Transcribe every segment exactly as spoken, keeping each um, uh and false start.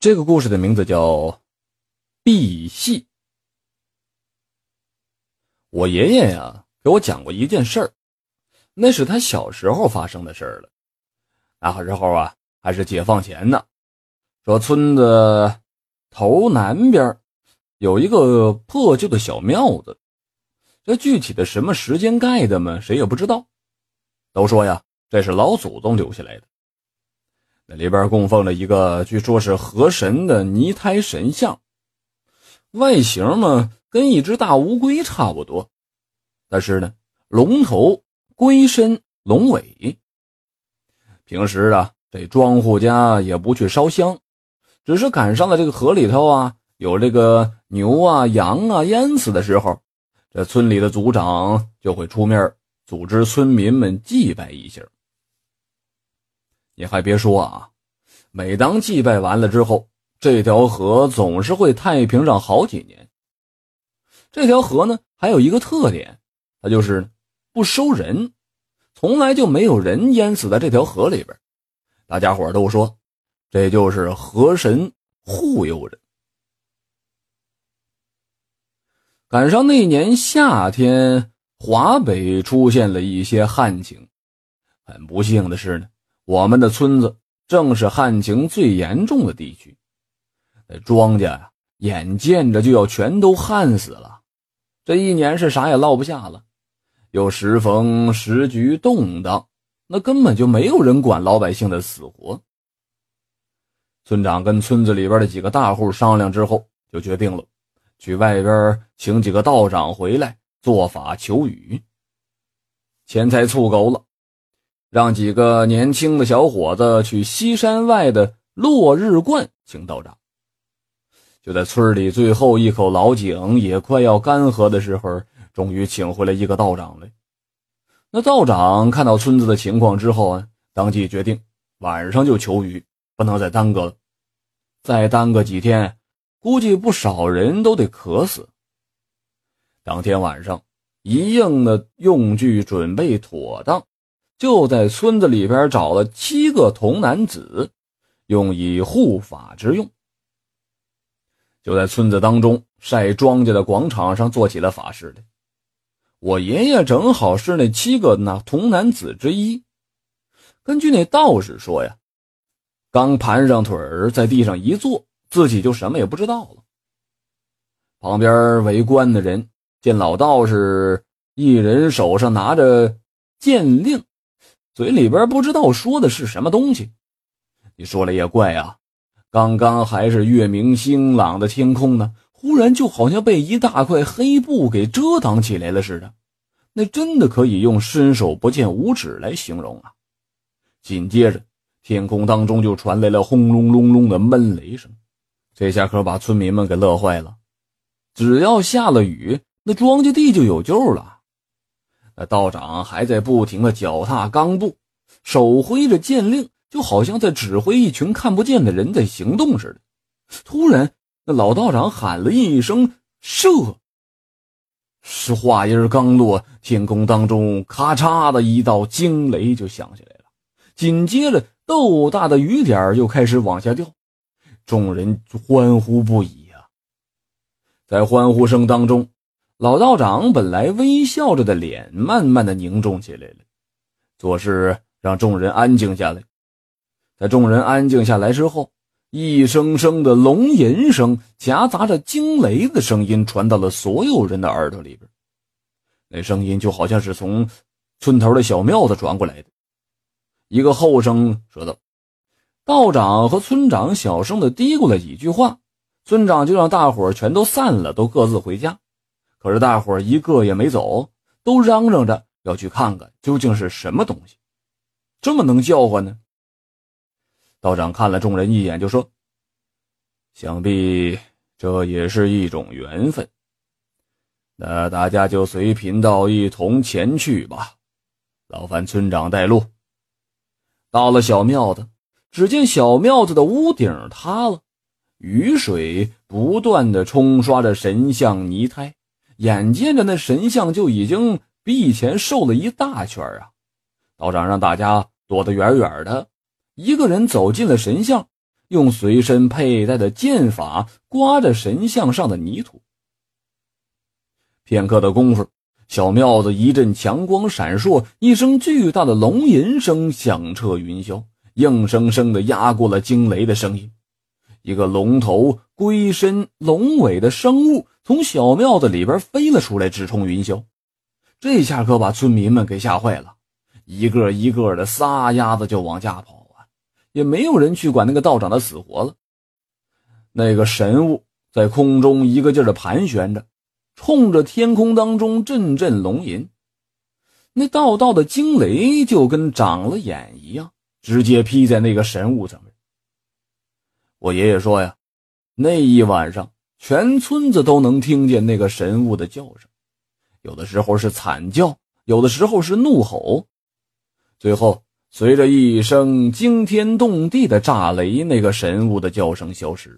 这个故事的名字叫赑屃。我爷爷呀给我讲过一件事儿，那是他小时候发生的事儿了。那时候啊还是解放前呢，说村子头南边有一个破旧的小庙子，这具体的什么时间盖的嘛，谁也不知道。都说呀这是老祖宗留下来的。那里边供奉了一个据说是河神的泥胎神像，外形嘛跟一只大乌龟差不多，但是呢龙头龟身龙尾。平时啊这庄户家也不去烧香，只是赶上了这个河里头啊有这个牛啊羊啊淹死的时候，这村里的族长就会出面组织村民们祭拜一下。你还别说啊，每当祭拜完了之后，这条河总是会太平上好几年。这条河呢还有一个特点，它就是不收人，从来就没有人淹死在这条河里边。大家伙都说这就是河神护佑着。赶上那年夏天，华北出现了一些旱情。很不幸的是呢，我们的村子正是旱情最严重的地区。庄稼呀眼见着就要全都旱死了，这一年是啥也落不下了。又时逢时局动荡，那根本就没有人管老百姓的死活。村长跟村子里边的几个大户商量之后，就决定了去外边请几个道长回来做法求雨。钱财凑够了，让几个年轻的小伙子去西山外的落日观请道长。就在村里最后一口老井也快要干涸的时候，终于请回来一个道长来。那道长看到村子的情况之后啊，当即决定晚上就求雨，不能再耽搁了。再耽搁几天，估计不少人都得渴死。当天晚上，一应的用具准备妥当，就在村子里边找了七个童男子，用以护法之用。就在村子当中晒庄稼的广场上做起了法事来。我爷爷正好是那七个那童男子之一。根据那道士说呀，刚盘上腿儿在地上一坐，自己就什么也不知道了。旁边围观的人见老道士一人手上拿着剑令，嘴里边不知道说的是什么东西。你说了也怪啊，刚刚还是月明星朗的天空呢，忽然就好像被一大块黑布给遮挡起来了似的，那真的可以用伸手不见五指来形容啊。紧接着天空当中就传来了轰隆隆隆的闷雷声，这下可把村民们给乐坏了。只要下了雨，那庄稼地就有救了。那道长还在不停地脚踏钢步，手挥着剑令，就好像在指挥一群看不见的人在行动似的。突然那老道长喊了一声射，是话音刚落，天空当中咔嚓的一道惊雷就响起来了，紧接着豆大的雨点又开始往下掉，众人欢呼不已啊。在欢呼声当中，老道长本来微笑着的脸慢慢的凝重起来了，做事让众人安静下来。在众人安静下来之后，一声声的龙吟声夹杂着惊雷的声音传到了所有人的耳朵里边。那声音就好像是从村头的小庙子传过来的。一个后生说道，道长和村长小声的嘀咕了几句话，村长就让大伙全都散了，都各自回家。可是大伙一个也没走，都嚷嚷着要去看看究竟是什么东西，这么能叫唤呢？道长看了众人一眼就说，想必这也是一种缘分，那大家就随贫道一同前去吧，劳烦村长带路。到了小庙子，只见小庙子的屋顶塌了，雨水不断地冲刷着神像泥胎，眼见着那神像就已经比以前瘦了一大圈啊。道长让大家躲得远远的，一个人走进了神像， 用随身佩戴的剑法刮着神像上的泥土。片刻的功夫，小庙子一阵强光闪烁，一声巨大的龙吟声响彻云霄，硬生生地压过了惊雷的声音。一个龙头龟身龙尾的生物从小庙子里边飞了出来，直冲云霄。这下可把村民们给吓坏了，一个一个的撒丫子就往家跑啊，也没有人去管那个道长的死活了。那个神物在空中一个劲儿的盘旋着，冲着天空当中阵阵龙吟。那道道的惊雷就跟长了眼一样，直接劈在那个神物上面。我爷爷说呀，那一晚上全村子都能听见那个神物的叫声，有的时候是惨叫，有的时候是怒吼。最后随着一声惊天动地的炸雷，那个神物的叫声消失了。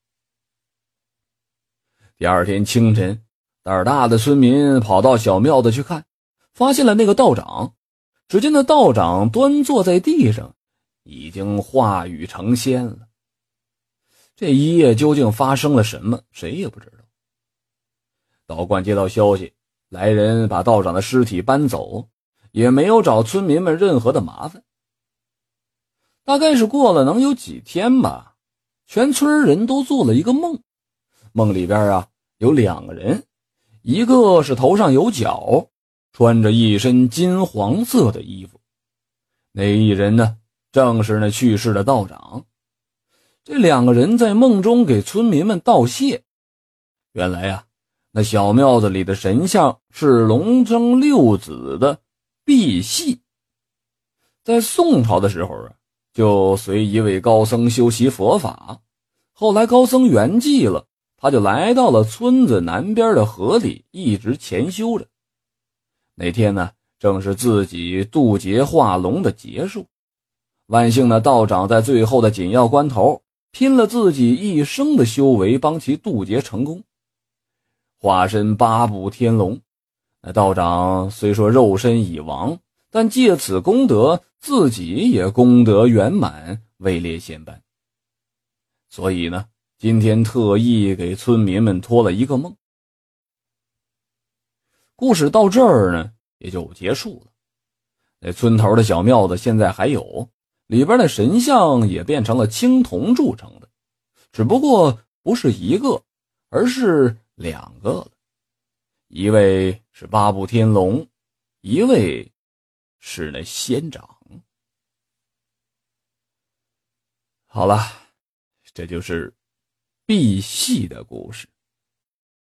第二天清晨，胆儿大的村民跑到小庙子去看，发现了那个道长。只见那道长端坐在地上，已经化羽成仙了。这一夜究竟发生了什么，谁也不知道。道观接到消息，来人把道长的尸体搬走，也没有找村民们任何的麻烦。大概是过了能有几天吧，全村人都做了一个梦。梦里边啊有两个人，一个是头上有角，穿着一身金黄色的衣服，那一人呢正是那去世的道长。这两个人在梦中给村民们道谢。原来啊，那小庙子里的神像是龙生六子的赑屃，在宋朝的时候啊，就随一位高僧修习佛法，后来高僧圆寂了，他就来到了村子南边的河里，一直潜修着。那天呢，正是自己渡劫化龙的劫数，万幸呢，道长在最后的紧要关头拼了自己一生的修为，帮其渡劫成功，化身八部天龙。那道长虽说肉身已亡，但借此功德，自己也功德圆满，位列仙班。所以呢，今天特意给村民们托了一个梦。故事到这儿呢，也就结束了。那村头的小庙子现在还有，里边的神像也变成了青铜铸成的，只不过不是一个，而是两个了。一位是八部天龙，一位是那仙长。好了，这就是赑屃的故事。